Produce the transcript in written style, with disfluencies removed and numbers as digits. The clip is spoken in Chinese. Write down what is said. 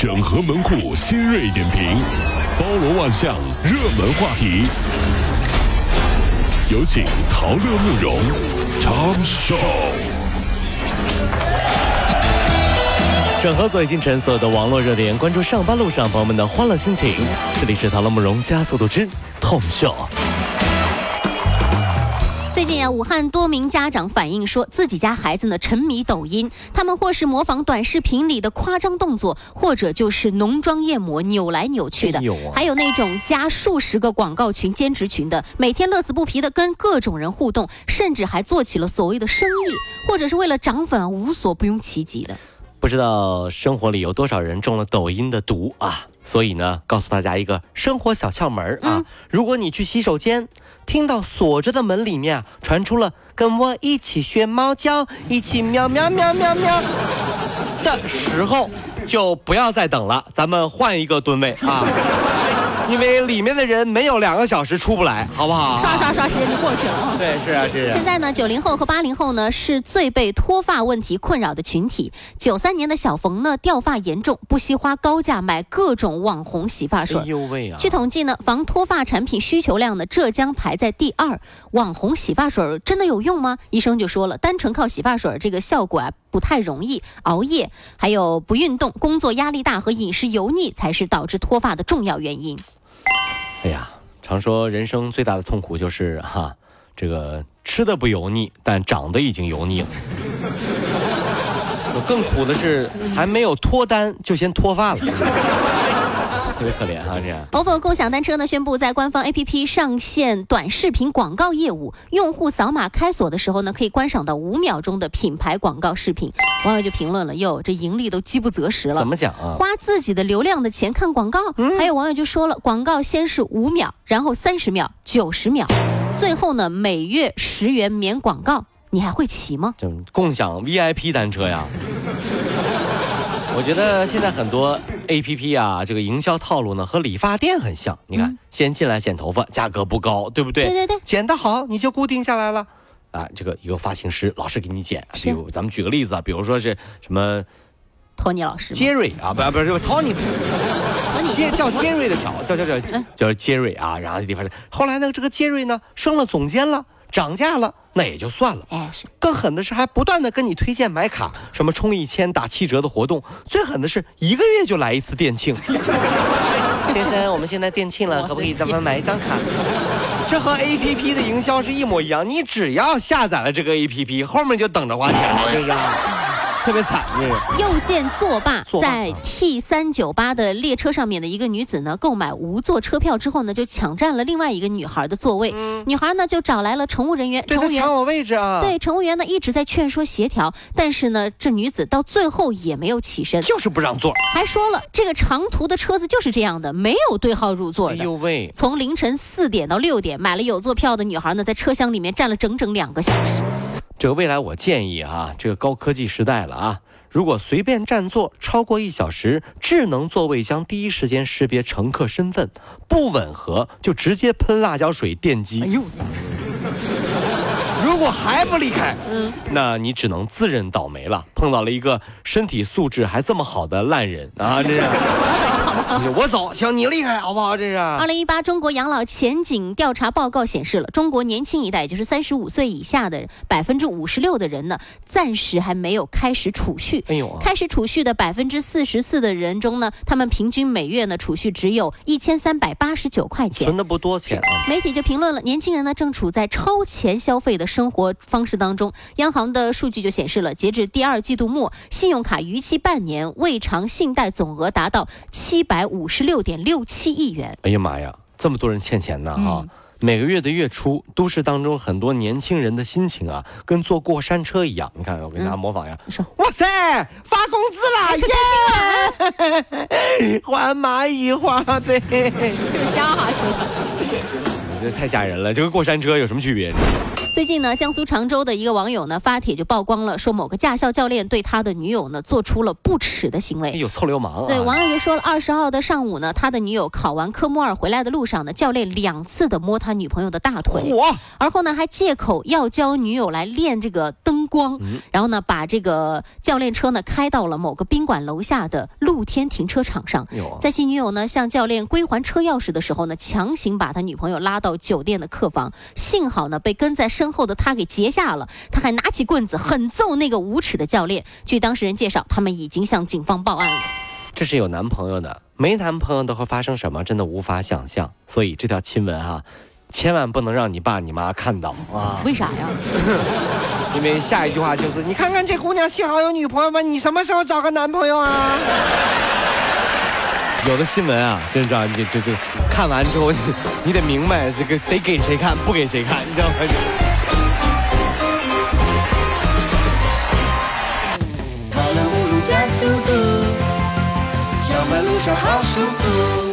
整合门户新锐点评，包罗万象，热门话题。有请陶乐慕容 Tom Show。 整合最新城所有的网络热点，关注上班路上朋友们的欢乐心情。这里是陶乐慕容加速度之 Tom Show。 最近武汉多名家长反映说，自己家孩子呢沉迷抖音，他们或是模仿短视频里的夸张动作，或者就是浓妆艳抹、扭来扭去的，还有那种加数十个广告群、兼职群的，每天乐此不疲的跟各种人互动，甚至还做起了所谓的生意，或者是为了涨粉无所不用其极的。 不知道生活里有多少人中了抖音的毒啊！所以呢，告诉大家一个生活小窍门啊，如果你去洗手间，听到锁着的门里面传出了跟我一起学猫叫，一起喵喵喵喵喵的时候，就不要再等了，咱们换一个蹲位啊。因为里面的人没有2个小时出不来，好不好？ 刷时间就过去了。 对，是啊，是啊。 现在呢，90后和80后呢是最被脱发问题困扰的群体。93年的小冯呢掉发严重，不惜花高价买各种网红洗发水。 哎呦喂啊！ 据统计呢，防脱发产品需求量呢，浙江排在第2。网红洗发水真的有用吗？医生就说了，单纯靠洗发水这个效果不太容易，熬夜还有不运动、工作压力大和饮食油腻才是导致脱发的重要原因。 哎呀，常说人生最大的痛苦就是这个吃的不油腻，但长得已经油腻了。更苦的是还没有脱单就先脱发了。特别可怜这样。 OFO 共享单车呢宣布在官方 APP 上线短视频广告业务，用户扫码开锁的时候呢，可以观赏到5秒钟的品牌广告视频。网友就评论了：哟，这盈利都饥不择食了。 怎么讲啊？ 花自己的流量的钱看广告。还有网友就说了，广告先是5秒，然后30秒、90秒，最后呢每月10元免广告。你还会骑吗？ 就共享 VIP 单车呀。我觉得现在很多 APP 啊，这个营销套路呢和理发店很像。你看，先进来剪头发，价格不高，对不对？ 对， 剪得好你就固定下来了啊。这个一个发型师老师给你剪，比如咱们举个例子啊，比如说是什么托尼老师， 杰瑞啊，不是托尼，叫杰瑞的少，叫杰瑞啊。然后这地方，后来呢，这个杰瑞呢升了总监了。涨价了，那也就算了。 是。 更狠的是，还不断的跟你推荐买卡，什么充1000打7折的活动。最狠的是1个月就来一次店庆。先生，我们现在店庆了，可不可以咱们买一张卡？这和 APP 的营销是一模一样，你只要下载了这个 APP， 后面就等着花钱了，是不是？特别惨，这个又见作罢。在 T398的列车上面的一个女子呢，购买无座车票之后呢，就抢占了另外一个女孩的座位。女孩呢就找来了乘务人员， 对，她抢我位置啊！ 对，乘务员呢一直在劝说协调，但是呢，这女子到最后也没有起身， 就是不让座， 还说了这个长途的车子就是这样的，没有对号入座的。 哎呦喂！ 从凌晨4点到6点，买了有座票的女孩呢，在车厢里面站了整整2个小时。 这个未来我建议这个高科技时代了啊，如果随便占座超过1小时，智能座位将第一时间识别乘客身份，不吻合就直接喷辣椒水电击。哎呦！如果还不离开，那你只能自认倒霉了，碰到了一个身体素质还这么好的烂人啊！这是。我走，行，你厉害，好不好？这是 2018中国养老前景调查报告显示了，中国年轻一代，也就是35岁以下的56%的人呢，暂时还没有开始储蓄。开始储蓄的44%的人中呢，他们平均每月呢储蓄只有1389块钱， 存的不多钱啊。 媒体就评论了，年轻人呢正处在超前消费的生活方式当中。央行的数据就显示了，截至第2季度末，信用卡逾期半年未偿信贷总额达到756.67亿元。 哎呀妈呀，这么多人欠钱呢每个月的月初，都市当中很多年轻人的心情跟坐过山车一样。你看，我给大家模仿一下。哇塞，发工资了，耶！还蚂蚁花呗， 瞎哈去了。 这太吓人了，这跟过山车有什么区别？ 最近呢，江苏常州的一个网友呢发帖就曝光了，说某个驾校教练对他的女友呢做出了不耻的行为。 有臭流氓啊！ 对，网友就说了，20号的上午呢，他的女友考完科目2回来的路上呢，教练2次的摸他女朋友的大腿，而后呢还借口要教女友来练这个灯光，然后呢把这个教练车呢开到了某个宾馆楼下的露天停车场上，在其女友呢向教练归还车钥匙的时候呢，强行把他女朋友拉到酒店的客房，幸好呢被跟在身后的他给截下了，他还拿起棍子狠揍那个无耻的教练。据当事人介绍，他们已经向警方报案了。 这是有男朋友的，没男朋友的会发生什么，真的无法想象。所以这条新闻啊，千万不能让你爸你妈看到啊！ 为啥呀？ 因为下一句话就是你看看这姑娘幸好有女朋友吧，你什么时候找个男朋友啊？有的新闻啊，真知道你就看完之后，你得明白这个得给谁看，不给谁看，你知道吗？ 跑了5路加速度，上班路上好舒服。